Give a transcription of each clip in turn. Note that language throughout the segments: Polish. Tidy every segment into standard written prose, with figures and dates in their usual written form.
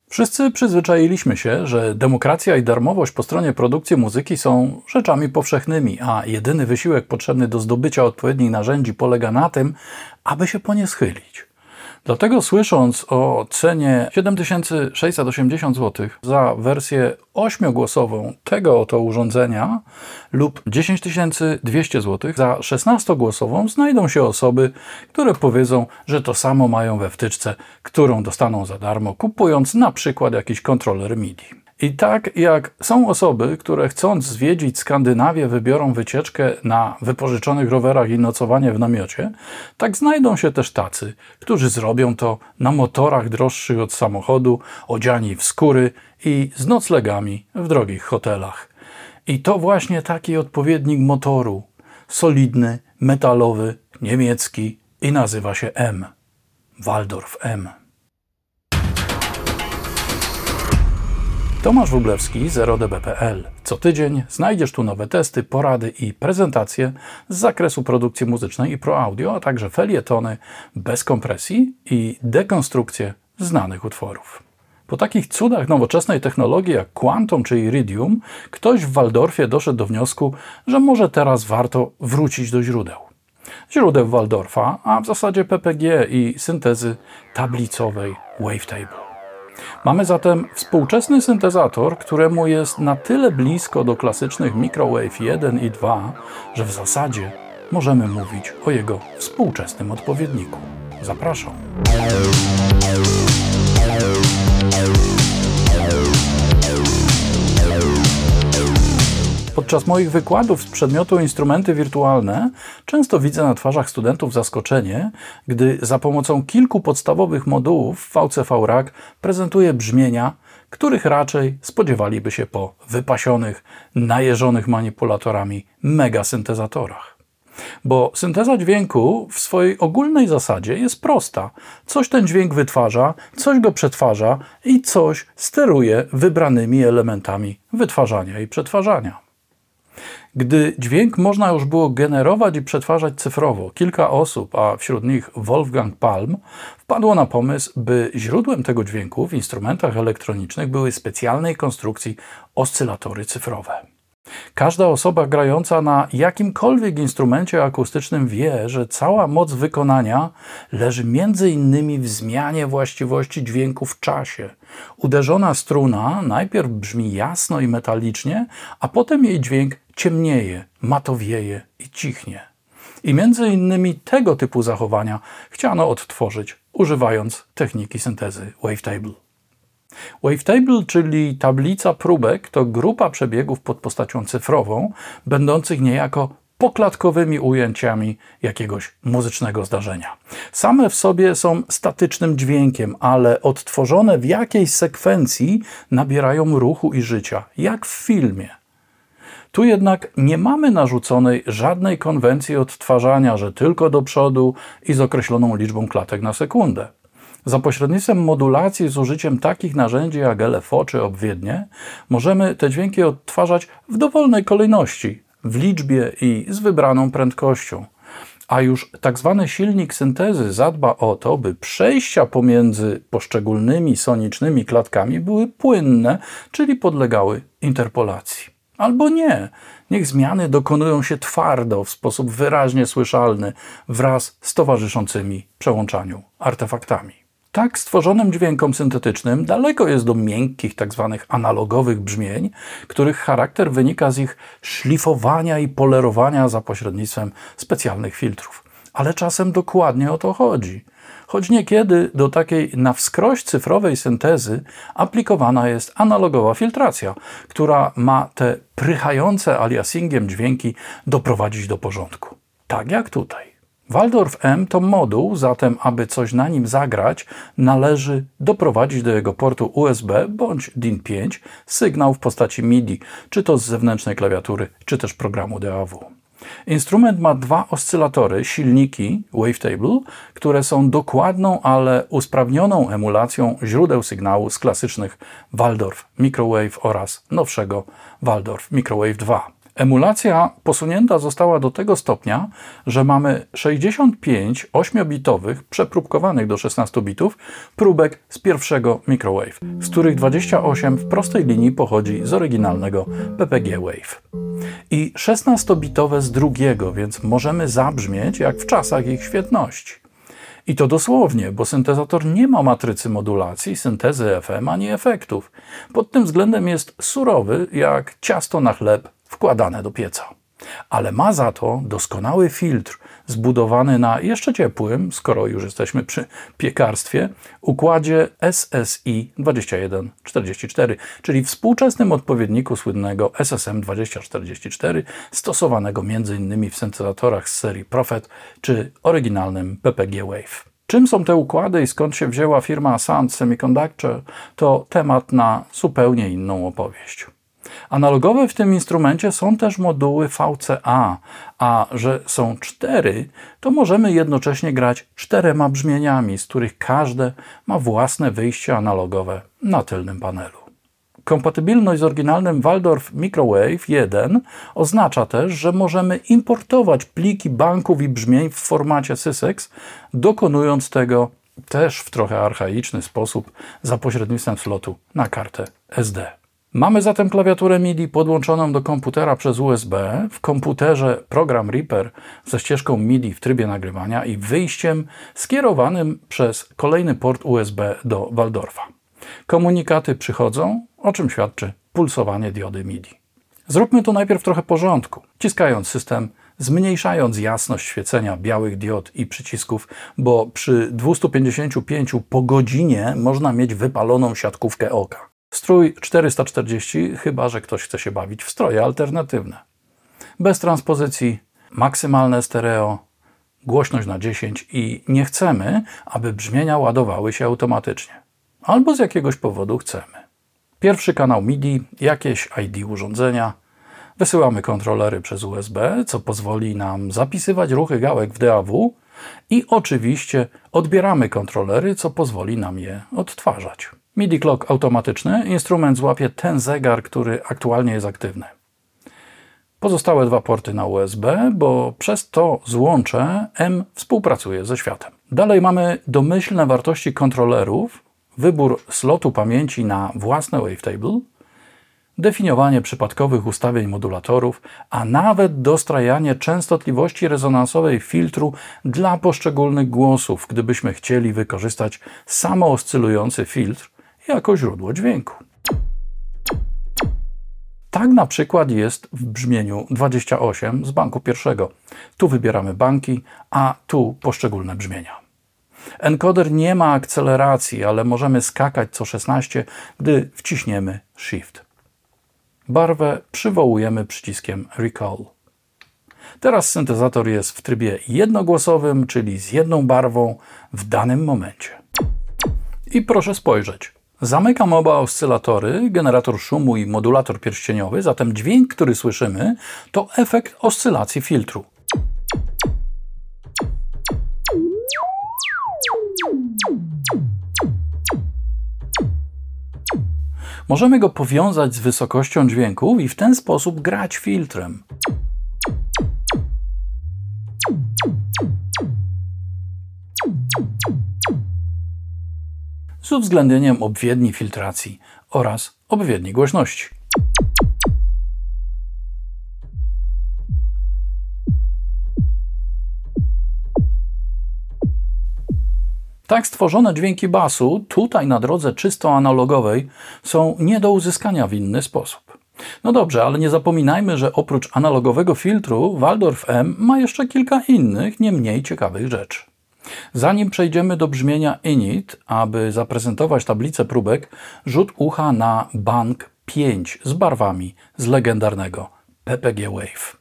Wszyscy przyzwyczailiśmy się, że demokracja i darmowość po stronie produkcji muzyki są rzeczami powszechnymi, a jedyny wysiłek potrzebny do zdobycia odpowiednich narzędzi polega na tym, aby się po nie schylić. Dlatego słysząc o cenie 7680 zł za wersję 8-głosową tego oto urządzenia lub 10200 zł za 16-głosową znajdą się osoby, które powiedzą, że to samo mają we wtyczce, którą dostaną za darmo, kupując na przykład jakiś kontroler MIDI. I tak jak są osoby, które chcąc zwiedzić Skandynawię wybiorą wycieczkę na wypożyczonych rowerach i nocowanie w namiocie, tak znajdą się też tacy, którzy zrobią to na motorach droższych od samochodu, odziani w skóry i z noclegami w drogich hotelach. I to właśnie taki odpowiednik motoru, solidny, metalowy, niemiecki i nazywa się M. Waldorf M. Tomasz Wróblewski, 0db.pl. Co tydzień znajdziesz tu nowe testy, porady i prezentacje z zakresu produkcji muzycznej i pro audio, a także felietony bez kompresji i dekonstrukcje znanych utworów. Po takich cudach nowoczesnej technologii jak Quantum czy Iridium, ktoś w Waldorfie doszedł do wniosku, że może teraz warto wrócić do źródeł. Źródeł Waldorfa, a w zasadzie PPG i syntezy tablicowej Wavetable. Mamy zatem współczesny syntezator, któremu jest na tyle blisko do klasycznych Microwave 1 i 2, że w zasadzie możemy mówić o jego współczesnym odpowiedniku. Zapraszam. Podczas moich wykładów z przedmiotu instrumenty wirtualne często widzę na twarzach studentów zaskoczenie, gdy za pomocą kilku podstawowych modułów VCV Rack prezentuję brzmienia, których raczej spodziewaliby się po wypasionych, najeżonych manipulatorami megasyntezatorach. Bo synteza dźwięku w swojej ogólnej zasadzie jest prosta. Coś ten dźwięk wytwarza, coś go przetwarza i coś steruje wybranymi elementami wytwarzania i przetwarzania. Gdy dźwięk można już było generować i przetwarzać cyfrowo, kilka osób, a wśród nich Wolfgang Palm, wpadło na pomysł, by źródłem tego dźwięku w instrumentach elektronicznych były specjalnej konstrukcji oscylatory cyfrowe. Każda osoba grająca na jakimkolwiek instrumencie akustycznym wie, że cała moc wykonania leży m.in. w zmianie właściwości dźwięku w czasie. Uderzona struna najpierw brzmi jasno i metalicznie, a potem jej dźwięk ciemnieje, matowieje i cichnie. I między innymi tego typu zachowania chciano odtworzyć, używając techniki syntezy Wavetable. Wavetable, czyli tablica próbek, to grupa przebiegów pod postacią cyfrową, będących niejako poklatkowymi ujęciami jakiegoś muzycznego zdarzenia. Same w sobie są statycznym dźwiękiem, ale odtworzone w jakiejś sekwencji nabierają ruchu i życia, jak w filmie. Tu jednak nie mamy narzuconej żadnej konwencji odtwarzania, że tylko do przodu i z określoną liczbą klatek na sekundę. Za pośrednictwem modulacji z użyciem takich narzędzi jak LFO czy obwiednie możemy te dźwięki odtwarzać w dowolnej kolejności, w liczbie i z wybraną prędkością. A już tak zwany silnik syntezy zadba o to, by przejścia pomiędzy poszczególnymi sonicznymi klatkami były płynne, czyli podlegały interpolacji. Albo nie. Niech zmiany dokonują się twardo, w sposób wyraźnie słyszalny, wraz z towarzyszącymi przełączaniu artefaktami. Tak stworzonym dźwiękom syntetycznym daleko jest do miękkich, tzw. analogowych brzmień, których charakter wynika z ich szlifowania i polerowania za pośrednictwem specjalnych filtrów. Ale czasem dokładnie o to chodzi. Choć niekiedy do takiej na wskroś cyfrowej syntezy aplikowana jest analogowa filtracja, która ma te prychające aliasingiem dźwięki doprowadzić do porządku. Tak jak tutaj. Waldorf M to moduł, zatem aby coś na nim zagrać, należy doprowadzić do jego portu USB bądź DIN5 sygnał w postaci MIDI, czy to z zewnętrznej klawiatury, czy też programu DAW. Instrument ma dwa oscylatory, silniki Wavetable, które są dokładną, ale usprawnioną emulacją źródeł sygnału z klasycznych Waldorf Microwave oraz nowszego Waldorf Microwave 2. Emulacja posunięta została do tego stopnia, że mamy 65 8-bitowych, przepróbkowanych do 16 bitów, próbek z pierwszego Microwave, z których 28 w prostej linii pochodzi z oryginalnego PPG Wave. I 16-bitowe z drugiego, więc możemy zabrzmieć jak w czasach ich świetności. I to dosłownie, bo syntezator nie ma matrycy modulacji, syntezy FM ani efektów. Pod tym względem jest surowy jak ciasto na chleb wkładane do pieca. Ale ma za to doskonały filtr zbudowany na jeszcze ciepłym, skoro już jesteśmy przy piekarstwie, układzie SSI 2144, czyli współczesnym odpowiedniku słynnego SSM 2044, stosowanego m.in. w syntezatorach z serii Prophet czy oryginalnym PPG Wave. Czym są te układy i skąd się wzięła firma Sound Semiconductor, to temat na zupełnie inną opowieść. Analogowe w tym instrumencie są też moduły VCA, a że są 4, to możemy jednocześnie grać 4 brzmieniami, z których każde ma własne wyjście analogowe na tylnym panelu. Kompatybilność z oryginalnym Waldorf Microwave 1 oznacza też, że możemy importować pliki banków i brzmień w formacie Sysex, dokonując tego też w trochę archaiczny sposób za pośrednictwem slotu na kartę SD. Mamy zatem klawiaturę MIDI podłączoną do komputera przez USB, w komputerze program Reaper ze ścieżką MIDI w trybie nagrywania i wyjściem skierowanym przez kolejny port USB do Waldorfa. Komunikaty przychodzą, o czym świadczy pulsowanie diody MIDI. Zróbmy tu najpierw trochę porządku, wciskając system, zmniejszając jasność świecenia białych diod i przycisków, bo przy 255 po godzinie można mieć wypaloną siatkówkę oka. Strój 440, chyba że ktoś chce się bawić w stroje alternatywne. Bez transpozycji, maksymalne stereo, głośność na 10 i nie chcemy, aby brzmienia ładowały się automatycznie. Albo z jakiegoś powodu chcemy. Pierwszy kanał MIDI, jakieś ID urządzenia. Wysyłamy kontrolery przez USB, co pozwoli nam zapisywać ruchy gałek w DAW i oczywiście odbieramy kontrolery, co pozwoli nam je odtwarzać. MIDI Clock automatyczny, instrument złapie ten zegar, który aktualnie jest aktywny. Pozostałe 2 porty na USB, bo przez to złącze M współpracuje ze światem. Dalej mamy domyślne wartości kontrolerów, wybór slotu pamięci na własne wavetable, definiowanie przypadkowych ustawień modulatorów, a nawet dostrajanie częstotliwości rezonansowej filtru dla poszczególnych głosów, gdybyśmy chcieli wykorzystać samooscylujący filtr jako źródło dźwięku. Tak na przykład jest w brzmieniu 28 z banku pierwszego. Tu wybieramy banki, a tu poszczególne brzmienia. Encoder nie ma akceleracji, ale możemy skakać co 16, gdy wciśniemy Shift. Barwę przywołujemy przyciskiem Recall. Teraz syntezator jest w trybie jednogłosowym, czyli z jedną barwą w danym momencie. I proszę spojrzeć. Zamykam oba oscylatory, generator szumu i modulator pierścieniowy, zatem dźwięk, który słyszymy, to efekt oscylacji filtru. Możemy go powiązać z wysokością dźwięku i w ten sposób grać filtrem. Z uwzględnieniem odpowiedniej filtracji oraz odpowiedniej głośności. Tak stworzone dźwięki basu, tutaj na drodze czysto analogowej, są nie do uzyskania w inny sposób. No dobrze, ale nie zapominajmy, że oprócz analogowego filtru Waldorf M ma jeszcze kilka innych, nie mniej ciekawych rzeczy. Zanim przejdziemy do brzmienia init, aby zaprezentować tablicę próbek, rzut ucha na bank 5 z barwami z legendarnego PPG Wave.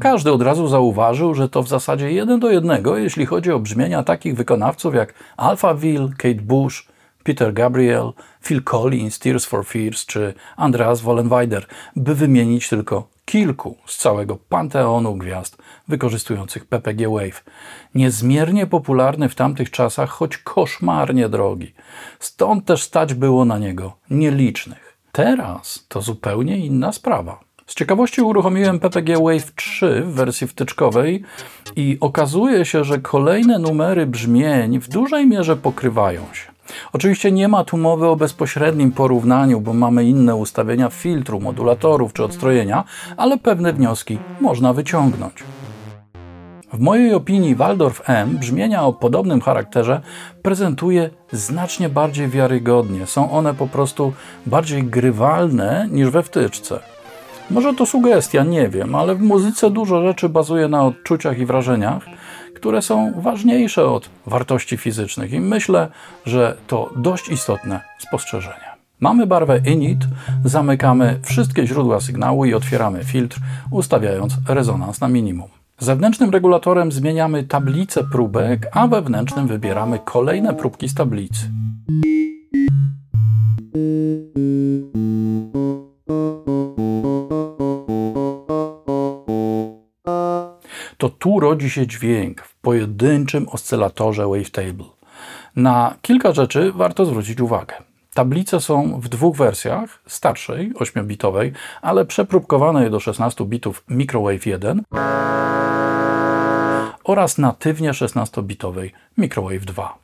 każdy od razu zauważył, że to w zasadzie 1:1, jeśli chodzi o brzmienia takich wykonawców jak Alphaville, Kate Bush, Peter Gabriel, Phil Collins, Tears for Fears czy Andreas Vollenweider, by wymienić tylko kilku z całego panteonu gwiazd wykorzystujących PPG Wave. Niezmiernie popularny w tamtych czasach, choć koszmarnie drogi. Stąd też stać było na niego nielicznych. Teraz to zupełnie inna sprawa. Z ciekawości uruchomiłem PPG Wave 3 w wersji wtyczkowej i okazuje się, że kolejne numery brzmień w dużej mierze pokrywają się. Oczywiście nie ma tu mowy o bezpośrednim porównaniu, bo mamy inne ustawienia filtru, modulatorów czy odstrojenia, ale pewne wnioski można wyciągnąć. W mojej opinii Waldorf M brzmienia o podobnym charakterze prezentuje znacznie bardziej wiarygodnie. Są one po prostu bardziej grywalne niż we wtyczce. Może to sugestia, nie wiem, ale w muzyce dużo rzeczy bazuje na odczuciach i wrażeniach, które są ważniejsze od wartości fizycznych i myślę, że to dość istotne spostrzeżenie. Mamy barwę init, zamykamy wszystkie źródła sygnału i otwieramy filtr, ustawiając rezonans na minimum. Zewnętrznym regulatorem zmieniamy tablicę próbek, a wewnętrznym wybieramy kolejne próbki z tablicy. To tu rodzi się dźwięk w pojedynczym oscylatorze wavetable. Na kilka rzeczy warto zwrócić uwagę. Tablice są w dwóch wersjach, starszej, 8-bitowej, ale przepróbkowanej do 16 bitów Microwave 1 oraz natywnie 16-bitowej Microwave 2.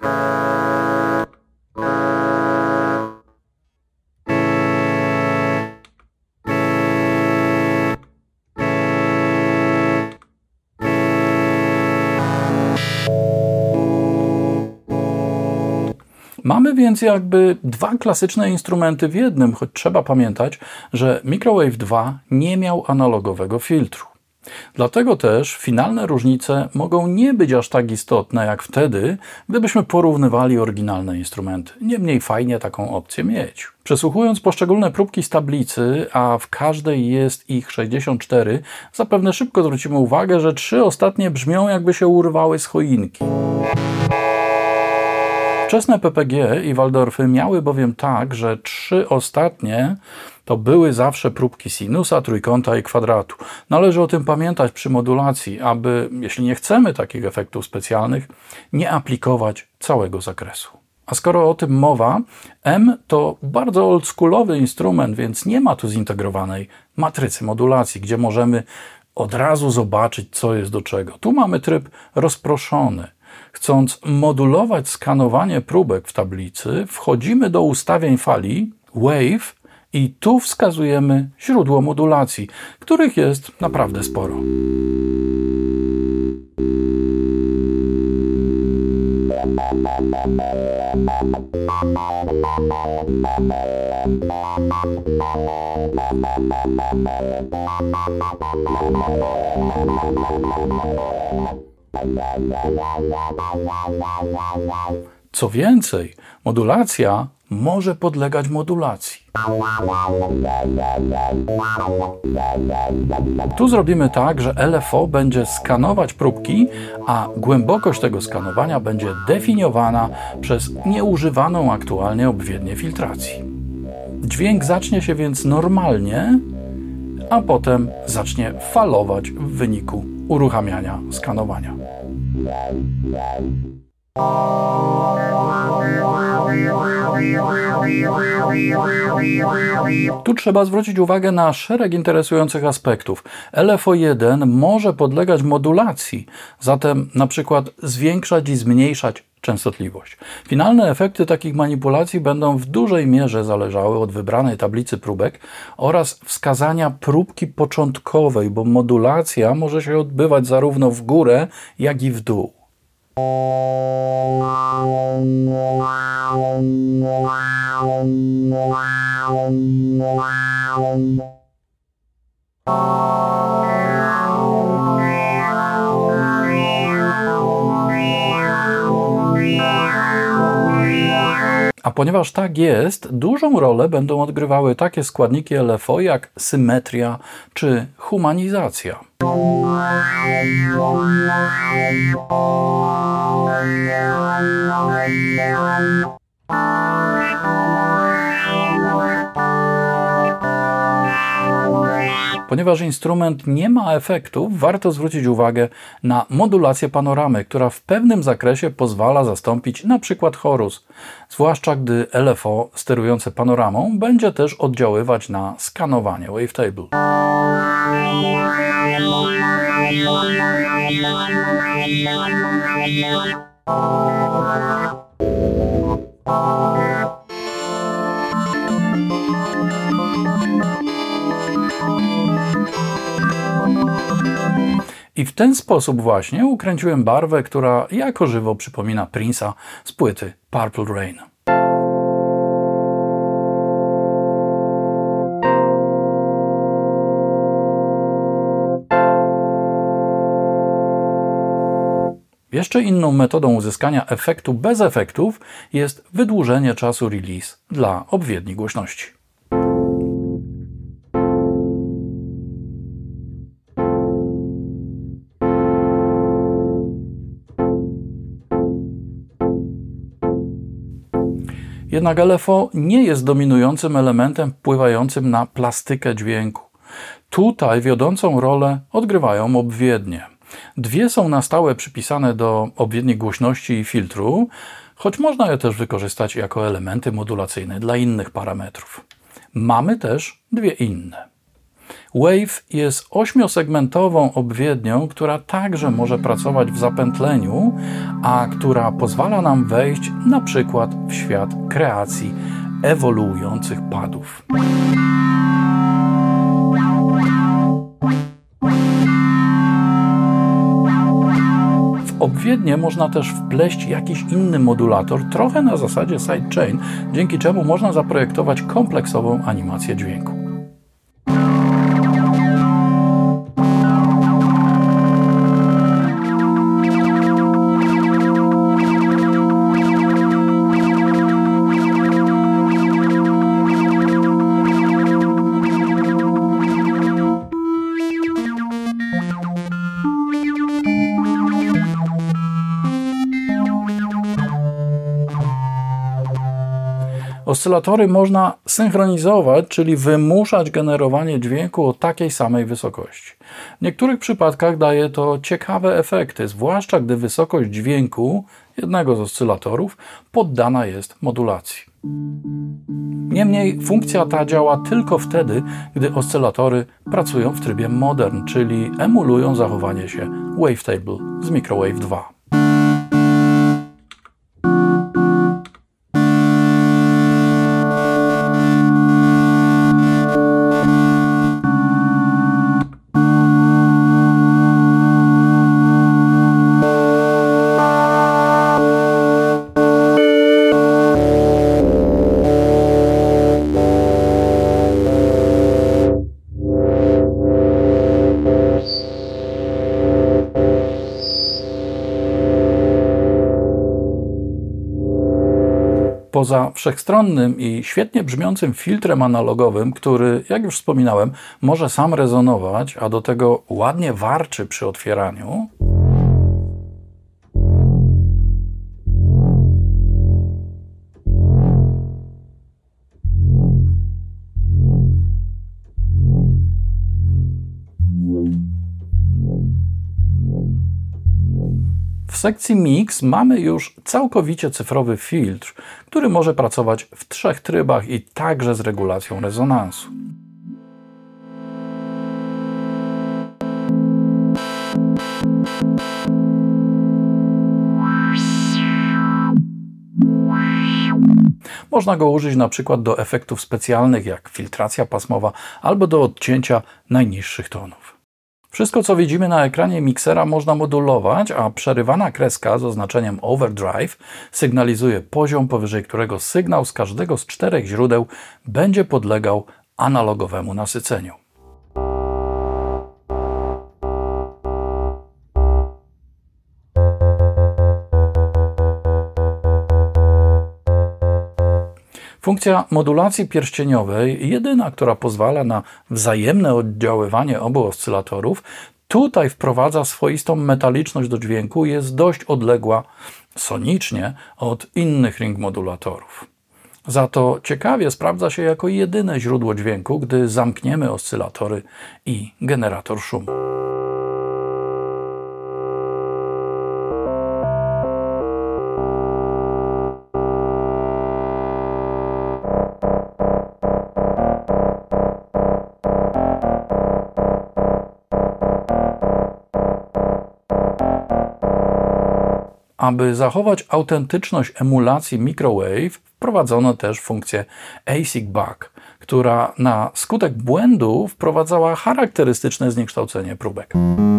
Mamy więc jakby dwa klasyczne instrumenty w jednym, choć trzeba pamiętać, że Microwave 2 nie miał analogowego filtru. Dlatego też finalne różnice mogą nie być aż tak istotne jak wtedy, gdybyśmy porównywali oryginalne instrumenty. Niemniej fajnie taką opcję mieć. Przesłuchując poszczególne próbki z tablicy, a w każdej jest ich 64, zapewne szybko zwrócimy uwagę, że 3 ostatnie brzmią, jakby się urwały z choinki. Wczesne PPG i Waldorfy miały bowiem tak, że 3 ostatnie to były zawsze próbki sinusa, trójkąta i kwadratu. Należy o tym pamiętać przy modulacji, aby, jeśli nie chcemy takich efektów specjalnych, nie aplikować całego zakresu. A skoro o tym mowa, M to bardzo oldschoolowy instrument, więc nie ma tu zintegrowanej matrycy modulacji, gdzie możemy od razu zobaczyć, co jest do czego. Tu mamy tryb rozproszony. Chcąc modulować skanowanie próbek w tablicy, wchodzimy do ustawień fali Wave i tu wskazujemy źródło modulacji, których jest naprawdę sporo. Co więcej, modulacja może podlegać modulacji. Tu zrobimy tak, że LFO będzie skanować próbki, a głębokość tego skanowania będzie definiowana przez nieużywaną aktualnie obwiednię filtracji. Dźwięk zacznie się więc normalnie, a potem zacznie falować w wyniku uruchamiania skanowania. Tu trzeba zwrócić uwagę na szereg interesujących aspektów. LFO1 może podlegać modulacji, zatem na przykład zwiększać i zmniejszać częstotliwość. Finalne efekty takich manipulacji będą w dużej mierze zależały od wybranej tablicy próbek oraz wskazania próbki początkowej, bo modulacja może się odbywać zarówno w górę, jak i w dół. A ponieważ tak jest, dużą rolę będą odgrywały takie składniki LFO jak symetria czy humanizacja. Ponieważ instrument nie ma efektów, warto zwrócić uwagę na modulację panoramy, która w pewnym zakresie pozwala zastąpić np. chorus, zwłaszcza gdy LFO sterujące panoramą będzie też oddziaływać na skanowanie wavetable. I w ten sposób właśnie ukręciłem barwę, która jako żywo przypomina Prince'a z płyty Purple Rain. Jeszcze inną metodą uzyskania efektu bez efektów jest wydłużenie czasu release dla odpowiedniej głośności. Jednak LFO nie jest dominującym elementem wpływającym na plastykę dźwięku. Tutaj wiodącą rolę odgrywają obwiednie. Dwie są na stałe przypisane do odpowiedniej głośności i filtru, choć można je też wykorzystać jako elementy modulacyjne dla innych parametrów. Mamy też dwie inne. Wave jest 8-segmentową obwiednią, która także może pracować w zapętleniu, a która pozwala nam wejść na przykład w świat kreacji ewoluujących padów. W obwiednie można też wpleść jakiś inny modulator, trochę na zasadzie sidechain, dzięki czemu można zaprojektować kompleksową animację dźwięku. Oscylatory można synchronizować, czyli wymuszać generowanie dźwięku o takiej samej wysokości. W niektórych przypadkach daje to ciekawe efekty, zwłaszcza gdy wysokość dźwięku jednego z oscylatorów poddana jest modulacji. Niemniej funkcja ta działa tylko wtedy, gdy oscylatory pracują w trybie modern, czyli emulują zachowanie się wavetable z Microwave 2. Poza wszechstronnym i świetnie brzmiącym filtrem analogowym, który, jak już wspominałem, może sam rezonować, a do tego ładnie warczy przy otwieraniu, w sekcji Mix mamy już całkowicie cyfrowy filtr, który może pracować w 3 trybach i także z regulacją rezonansu. Można go użyć na przykład do efektów specjalnych jak filtracja pasmowa albo do odcięcia najniższych tonów. Wszystko, co widzimy na ekranie miksera, można modulować, a przerywana kreska z oznaczeniem overdrive sygnalizuje poziom, powyżej którego sygnał z każdego z 4 źródeł będzie podlegał analogowemu nasyceniu. Funkcja modulacji pierścieniowej, jedyna, która pozwala na wzajemne oddziaływanie obu oscylatorów, tutaj wprowadza swoistą metaliczność do dźwięku, jest dość odległa sonicznie od innych ring modulatorów. Za to ciekawie sprawdza się jako jedyne źródło dźwięku, gdy zamkniemy oscylatory i generator szumu. Aby zachować autentyczność emulacji microwave, wprowadzono też funkcję ASIC Bug, która na skutek błędu wprowadzała charakterystyczne zniekształcenie próbek.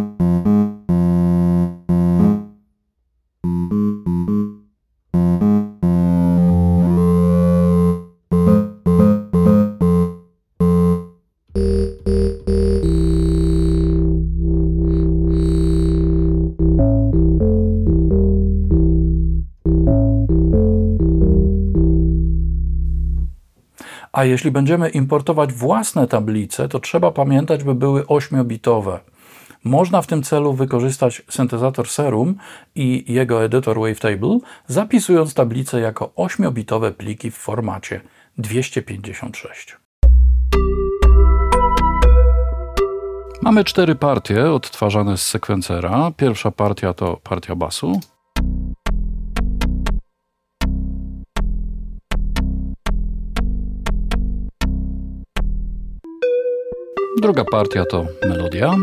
A jeśli będziemy importować własne tablice, to trzeba pamiętać, by były 8-bitowe. Można w tym celu wykorzystać syntezator Serum i jego edytor Wavetable, zapisując tablice jako 8-bitowe pliki w formacie 256. Mamy 4 partie odtwarzane z sekwencera. Pierwsza partia to partia basu. Druga partia to melodia.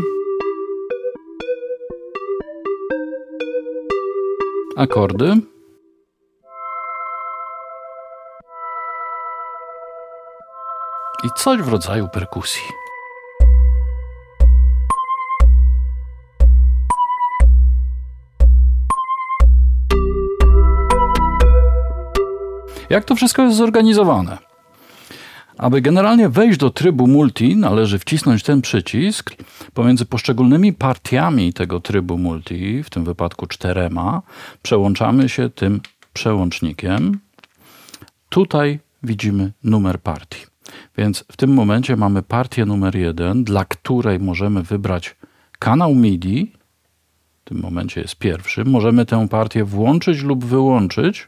Akordy. I coś w rodzaju perkusji. Jak to wszystko jest zorganizowane? Aby generalnie wejść do trybu multi, należy wcisnąć ten przycisk. Pomiędzy poszczególnymi partiami tego trybu multi, w tym wypadku 4, przełączamy się tym przełącznikiem. Tutaj widzimy numer partii. Więc w tym momencie mamy partię numer 1, dla której możemy wybrać kanał MIDI. W tym momencie jest pierwszy. Możemy tę partię włączyć lub wyłączyć,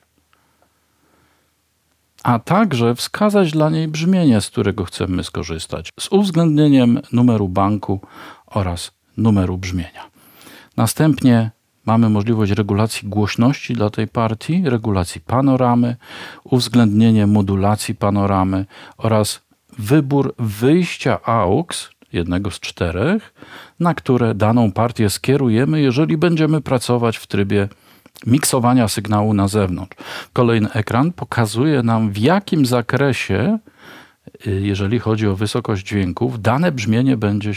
a także wskazać dla niej brzmienie, z którego chcemy skorzystać, z uwzględnieniem numeru banku oraz numeru brzmienia. Następnie mamy możliwość regulacji głośności dla tej partii, regulacji panoramy, uwzględnienie modulacji panoramy oraz wybór wyjścia AUX, jednego z 4, na które daną partię skierujemy, jeżeli będziemy pracować w trybie miksowania sygnału na zewnątrz. Kolejny ekran pokazuje nam, w jakim zakresie, jeżeli chodzi o wysokość dźwięków, dane brzmienie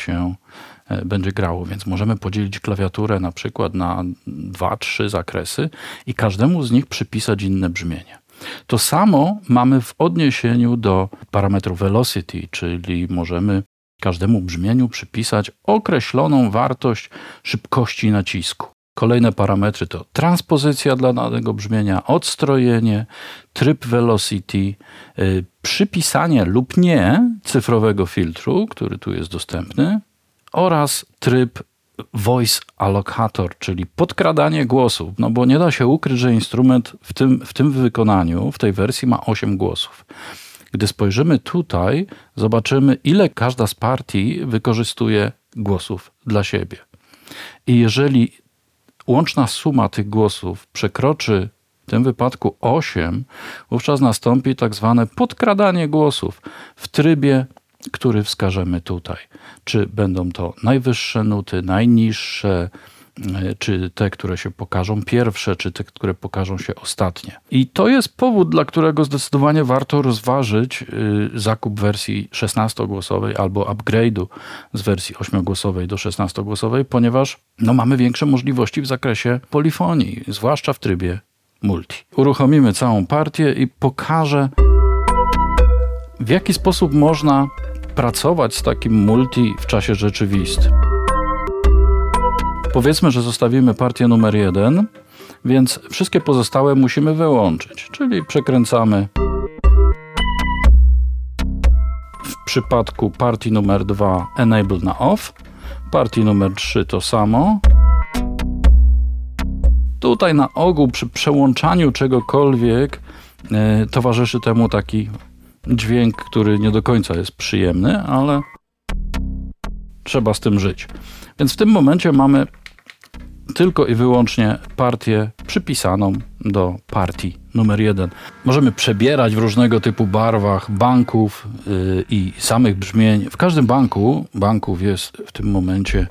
będzie grało, więc możemy podzielić klawiaturę na przykład na 2-3 zakresy i każdemu z nich przypisać inne brzmienie. To samo mamy w odniesieniu do parametru velocity, czyli możemy każdemu brzmieniu przypisać określoną wartość szybkości nacisku. Kolejne parametry to transpozycja dla danego brzmienia, odstrojenie, tryb velocity, przypisanie lub nie cyfrowego filtru, który tu jest dostępny, oraz tryb voice allocator, czyli podkradanie głosów. No bo nie da się ukryć, że instrument w tym wykonaniu, w tej wersji ma 8 głosów. Gdy spojrzymy tutaj, zobaczymy, ile każda z partii wykorzystuje głosów dla siebie. I jeżeli łączna suma tych głosów przekroczy w tym wypadku 8, wówczas nastąpi tak zwane podkradanie głosów w trybie, który wskażemy tutaj. Czy będą to najwyższe nuty, najniższe, czy te, które się pokażą pierwsze, czy te, które pokażą się ostatnie. I to jest powód, dla którego zdecydowanie warto rozważyć zakup wersji 16-głosowej albo upgrade'u z wersji 8-głosowej do 16-głosowej, ponieważ mamy większe możliwości w zakresie polifonii, zwłaszcza w trybie multi. Uruchomimy całą partię i pokażę, w jaki sposób można pracować z takim multi w czasie rzeczywistym. Powiedzmy, że zostawimy partię numer 1, więc wszystkie pozostałe musimy wyłączyć, czyli przekręcamy przypadku partii numer 2 enable na off, partii numer 3 to samo. Tutaj na ogół przy przełączaniu czegokolwiek towarzyszy temu taki dźwięk, który nie do końca jest przyjemny, ale trzeba z tym żyć. Więc w tym momencie mamy tylko i wyłącznie partię przypisaną do partii numer 1. Możemy przebierać w różnego typu barwach banków i samych brzmień. W każdym banków jest w tym momencie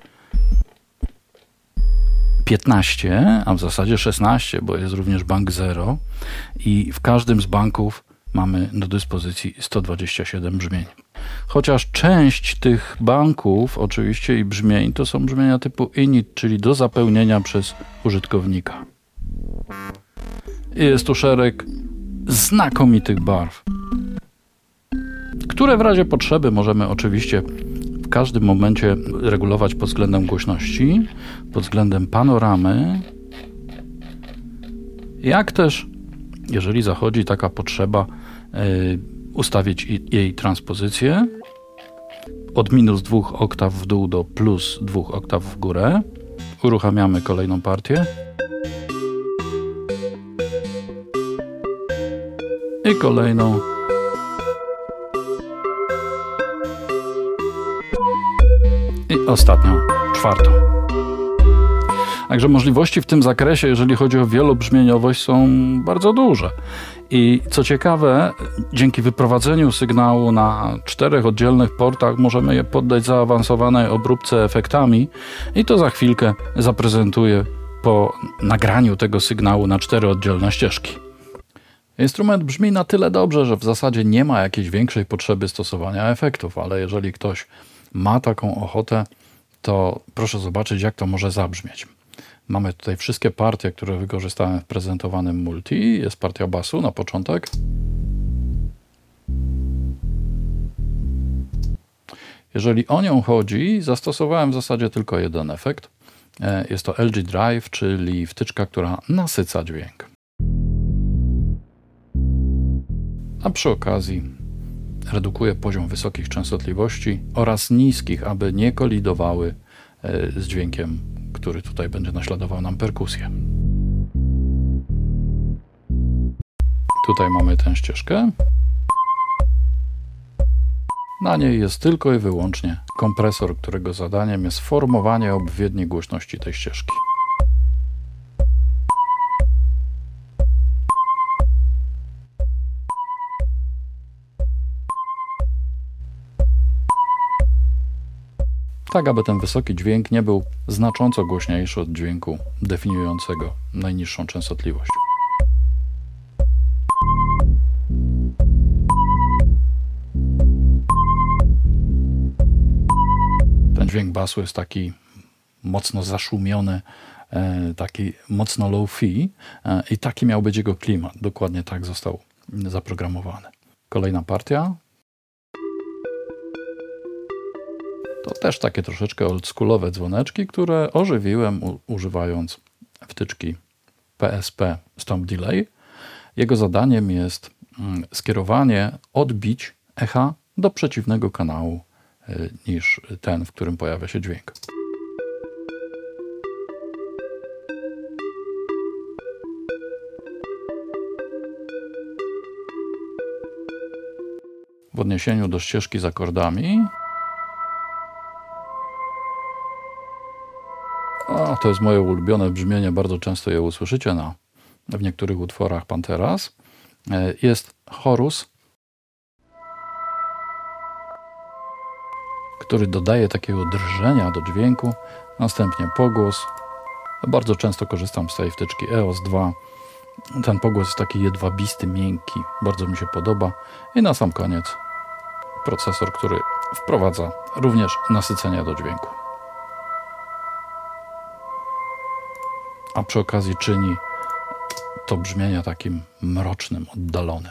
15, a w zasadzie 16, bo jest również bank 0 i w każdym z banków mamy do dyspozycji 127 brzmień. Chociaż część tych banków oczywiście i brzmień to są brzmienia typu init, czyli do zapełnienia przez użytkownika. I jest tu szereg znakomitych barw, które w razie potrzeby możemy oczywiście w każdym momencie regulować pod względem głośności, pod względem panoramy, jak też, jeżeli zachodzi taka potrzeba, ustawić jej transpozycję od -2 oktaw w dół do +2 oktaw w górę. Uruchamiamy kolejną partię i kolejną. I ostatnią, 4. Także możliwości w tym zakresie, jeżeli chodzi o wielobrzmieniowość, są bardzo duże. I co ciekawe, dzięki wyprowadzeniu sygnału na 4 oddzielnych portach możemy je poddać zaawansowanej obróbce efektami i to za chwilkę zaprezentuję po nagraniu tego sygnału na 4 oddzielne ścieżki. Instrument brzmi na tyle dobrze, że w zasadzie nie ma jakiejś większej potrzeby stosowania efektów, ale jeżeli ktoś ma taką ochotę, to proszę zobaczyć, jak to może zabrzmieć. Mamy tutaj wszystkie partie, które wykorzystałem w prezentowanym multi. Jest partia basu na początek. Jeżeli o nią chodzi, zastosowałem w zasadzie tylko jeden efekt. Jest to LG Drive, czyli wtyczka, która nasyca dźwięk. A przy okazji redukuje poziom wysokich częstotliwości oraz niskich, aby nie kolidowały z dźwiękiem, który tutaj będzie naśladował nam perkusję. Tutaj mamy tę ścieżkę. Na niej jest tylko i wyłącznie kompresor, którego zadaniem jest formowanie odpowiedniej głośności tej ścieżki. Tak, aby ten wysoki dźwięk nie był znacząco głośniejszy od dźwięku definiującego najniższą częstotliwość. Ten dźwięk basu jest taki mocno zaszumiony, taki mocno low-fi i taki miał być jego klimat. Dokładnie tak został zaprogramowany. Kolejna partia. To też takie troszeczkę oldschoolowe dzwoneczki, które ożywiłem używając wtyczki PSP Stomp Delay. Jego zadaniem jest skierowanie odbić echa do przeciwnego kanału niż ten, w którym pojawia się dźwięk. W odniesieniu do ścieżki z akordami to jest moje ulubione brzmienie, bardzo często je usłyszycie w niektórych utworach Panteras. Jest chorus, który dodaje takiego drżenia do dźwięku, następnie pogłos. Bardzo często korzystam z tej wtyczki EOS 2. Ten pogłos jest taki jedwabisty, miękki, bardzo mi się podoba. I na sam koniec procesor, który wprowadza również nasycenie do dźwięku. A przy okazji czyni to brzmienie takim mrocznym, oddalonym.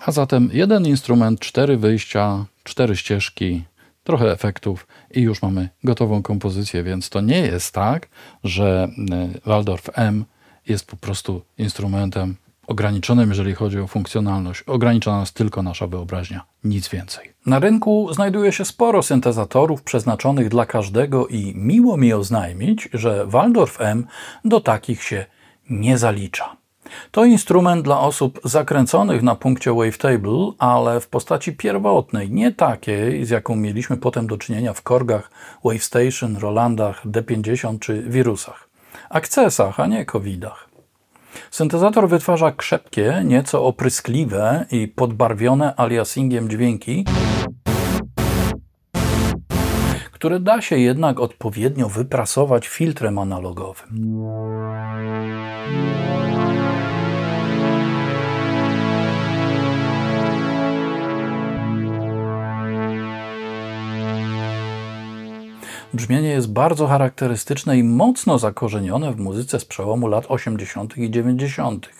A zatem jeden instrument, 4 wyjścia, 4 ścieżki, trochę efektów i już mamy gotową kompozycję, więc to nie jest tak, że Waldorf M jest po prostu instrumentem ograniczonym, jeżeli chodzi o funkcjonalność. Ogranicza nas tylko nasza wyobraźnia, nic więcej. Na rynku znajduje się sporo syntezatorów przeznaczonych dla każdego i miło mi oznajmić, że Waldorf M do takich się nie zalicza. To instrument dla osób zakręconych na punkcie wavetable, ale w postaci pierwotnej, nie takiej, z jaką mieliśmy potem do czynienia w Korgach, Wavestation, Rolandach, D50 czy Wirusach. Akcesach, a nie Covidach. Syntezator wytwarza krzepkie, nieco opryskliwe i podbarwione aliasingiem dźwięki, które da się jednak odpowiednio wyprasować filtrem analogowym. Brzmienie jest bardzo charakterystyczne i mocno zakorzenione w muzyce z przełomu lat 80. i 90.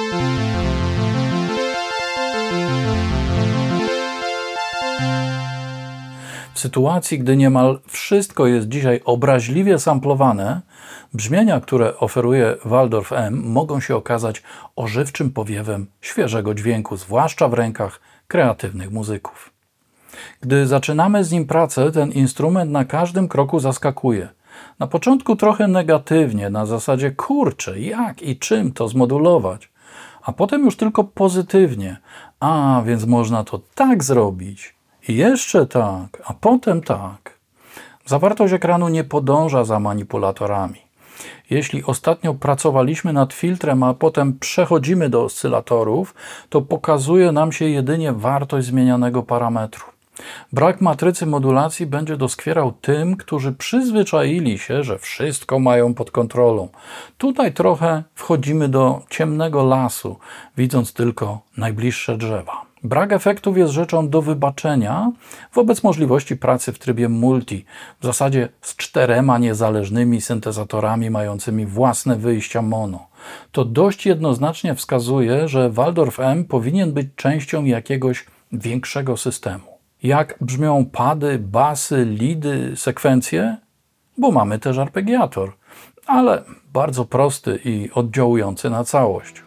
W sytuacji, gdy niemal wszystko jest dzisiaj obraźliwie samplowane, brzmienia, które oferuje Waldorf M, mogą się okazać ożywczym powiewem świeżego dźwięku, zwłaszcza w rękach kreatywnych muzyków. Gdy zaczynamy z nim pracę, ten instrument na każdym kroku zaskakuje. Na początku trochę negatywnie, na zasadzie kurczę, jak i czym to zmodulować, a potem już tylko pozytywnie. A, więc można to tak zrobić. I jeszcze tak, a potem tak. Zawartość ekranu nie podąża za manipulatorami. Jeśli ostatnio pracowaliśmy nad filtrem, a potem przechodzimy do oscylatorów, to pokazuje nam się jedynie wartość zmienianego parametru. Brak matrycy modulacji będzie doskwierał tym, którzy przyzwyczaili się, że wszystko mają pod kontrolą. Tutaj trochę wchodzimy do ciemnego lasu, widząc tylko najbliższe drzewa. Brak efektów jest rzeczą do wybaczenia wobec możliwości pracy w trybie multi, w zasadzie z 4 niezależnymi syntezatorami mającymi własne wyjścia mono. To dość jednoznacznie wskazuje, że Waldorf M powinien być częścią jakiegoś większego systemu. Jak brzmią pady, basy, lidy, sekwencje? Bo mamy też arpeggiator, ale bardzo prosty i oddziałujący na całość.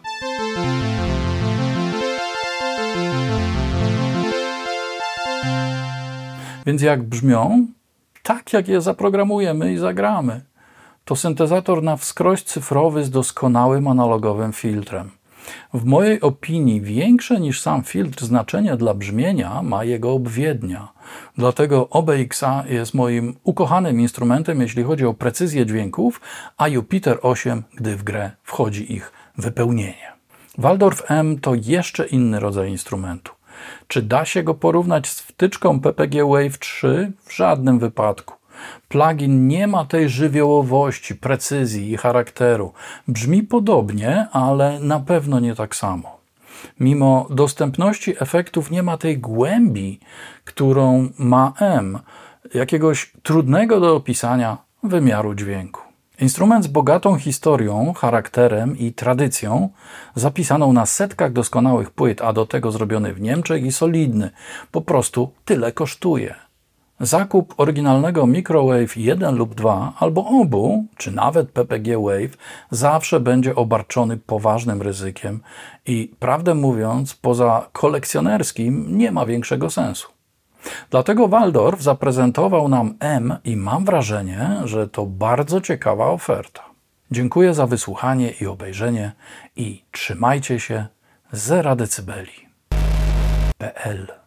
Więc jak brzmią? Tak jak je zaprogramujemy i zagramy. To syntezator na wskroś cyfrowy z doskonałym analogowym filtrem. W mojej opinii większe niż sam filtr znaczenie dla brzmienia ma jego obwiednia. Dlatego OBX-A jest moim ukochanym instrumentem, jeśli chodzi o precyzję dźwięków, a Jupiter 8, gdy w grę wchodzi ich wypełnienie. Waldorf M to jeszcze inny rodzaj instrumentu. Czy da się go porównać z wtyczką PPG Wave 3? W żadnym wypadku. Plugin nie ma tej żywiołowości, precyzji i charakteru. Brzmi podobnie, ale na pewno nie tak samo. Mimo dostępności efektów nie ma tej głębi, którą ma M, jakiegoś trudnego do opisania wymiaru dźwięku. Instrument z bogatą historią, charakterem i tradycją, zapisaną na setkach doskonałych płyt, a do tego zrobiony w Niemczech i solidny, po prostu tyle kosztuje. Zakup oryginalnego Microwave 1 lub 2, albo obu, czy nawet PPG Wave, zawsze będzie obarczony poważnym ryzykiem i, prawdę mówiąc, poza kolekcjonerskim nie ma większego sensu. Dlatego Waldorf zaprezentował nam M i mam wrażenie, że to bardzo ciekawa oferta. Dziękuję za wysłuchanie i obejrzenie i trzymajcie się 0 decybeli.pl